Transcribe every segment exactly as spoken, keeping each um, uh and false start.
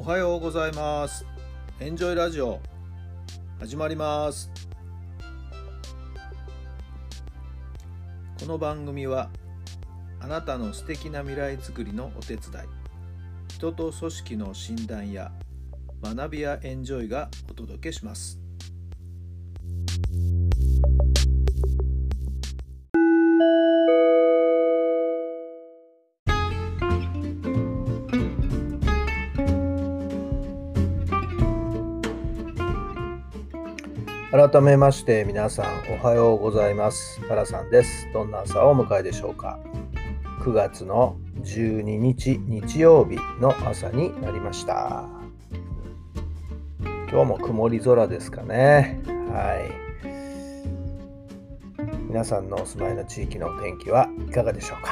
おはようございます。エンジョイラジオ始まります。この番組はあなたの素敵な未来づくりのお手伝い、人と組織の診断や学びやエンジョイがお届けします。改めまして皆さんおはようございます。タラさんです。どんな朝をお迎えでしょうか。くがつのじゅうににち日曜日の朝になりました。今日も曇り空ですかね。はい。皆さんのお住まいの地域のお天気はいかがでしょうか。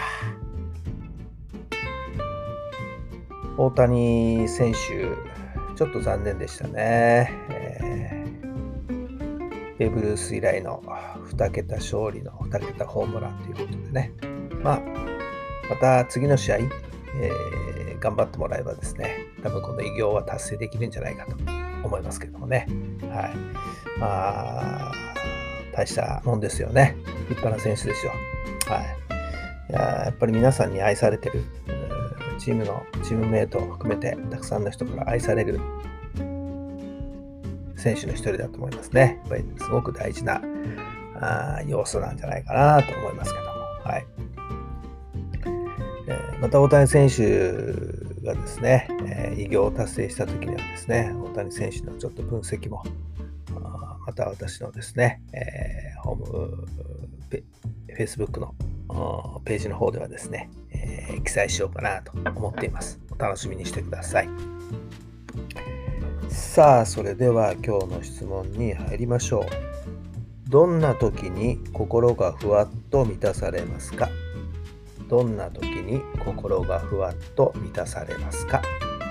大谷選手ちょっと残念でしたね。えーベーブ・ルース以来のにけた勝利のにけたホームランということでね、まあ、また次の試合、えー、頑張ってもらえばですね、多分この偉業は達成できるんじゃないかと思いますけどもね。はい。まあ、大したもんですよね。立派な選手ですよ。はい。いや、やっぱり皆さんに愛されてる、チームのチームメイトを含めてたくさんの人から愛される選手の一人だと思いますね。やっぱりすごく大事なあ要素なんじゃないかなと思いますけども、はいえー、また大谷選手がですね、えー、偉業を達成した時にはですね、大谷選手のちょっと分析もまた私のですね、えー、ホームペ Facebook のページの方ではですね、えー、記載しようかなと思っています。お楽しみにしてください。さあ、それでは今日の質問に入りましょう。どんな時に心がふわっと満たされますか？どんな時に心がふわっと満たされますか？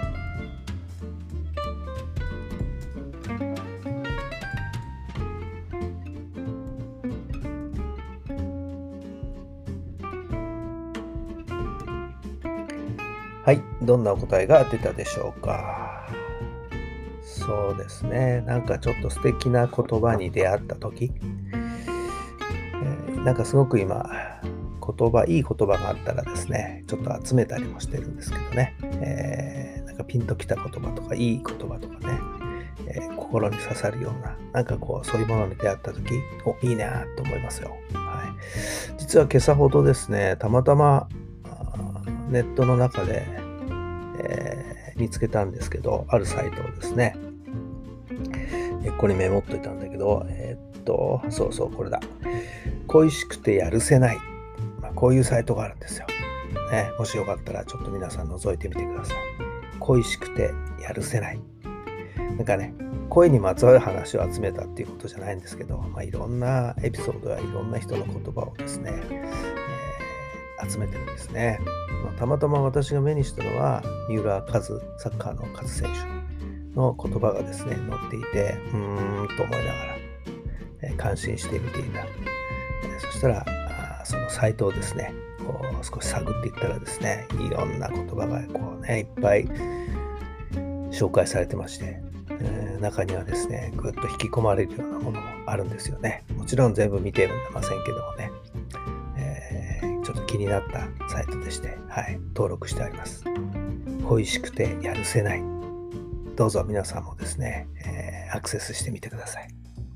はい、どんなお答えが出たでしょうか。そうですね。なんかちょっと素敵な言葉に出会ったとき、えー、なんかすごく今、言葉、いい言葉があったらですね、ちょっと集めたりもしてるんですけどね、えー、なんかピンときた言葉とか、いい言葉とかね、えー、心に刺さるような、なんかこう、そういうものに出会ったとき、お、いいなと思いますよ。はい。実は今朝ほどですね、たまたまネットの中で、えー、見つけたんですけど、あるサイトをですね、ここにメモっといたんだけど、えー、っと、そうそう、これだ。恋しくてやるせない。まあ、こういうサイトがあるんですよ。ね、もしよかったらちょっと皆さん覗いてみてください。恋しくてやるせない。なんかね、恋にまつわる話を集めたっていうことじゃないんですけど、まあ、いろんなエピソードやいろんな人の言葉をですね、えー、集めてるんですね。まあ、たまたま私が目にしたのは、三浦和、サッカーの和選手の言葉がですね、載っていて、うーんと思いながら、えー、感心して見ていた。えー、そしたらあ、そのサイトをですね、こう少し探っていったらですね、いろんな言葉がこうね、いっぱい紹介されてまして、えー、中にはですね、ぐっと引き込まれるようなものもあるんですよね。もちろん全部見てるんでませんけどもね、えー、ちょっと気になったサイトでして、はい、登録してあります。恋しくてやるせない。どうぞ皆さんもですね、えー、アクセスしてみてください。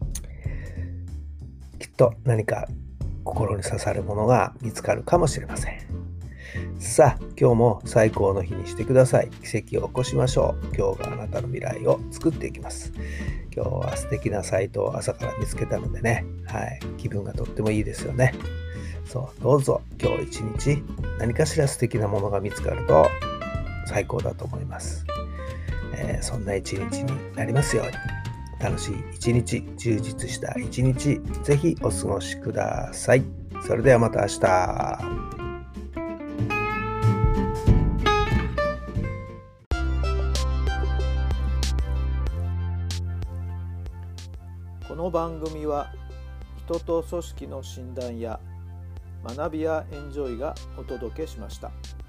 きっと何か心に刺さるものが見つかるかもしれません。さあ、今日も最高の日にしてください。奇跡を起こしましょう。今日があなたの未来を作っていきます。今日は素敵なサイトを朝から見つけたのでね、はい、気分がとってもいいですよね。そう、どうぞ今日一日何かしら素敵なものが見つかると最高だと思います。えー、そんな一日になりますように。楽しい一日、充実した一日、ぜひお過ごしください。それではまた明日。この番組は人と組織の診断や学びやエンジョイがお届けしました。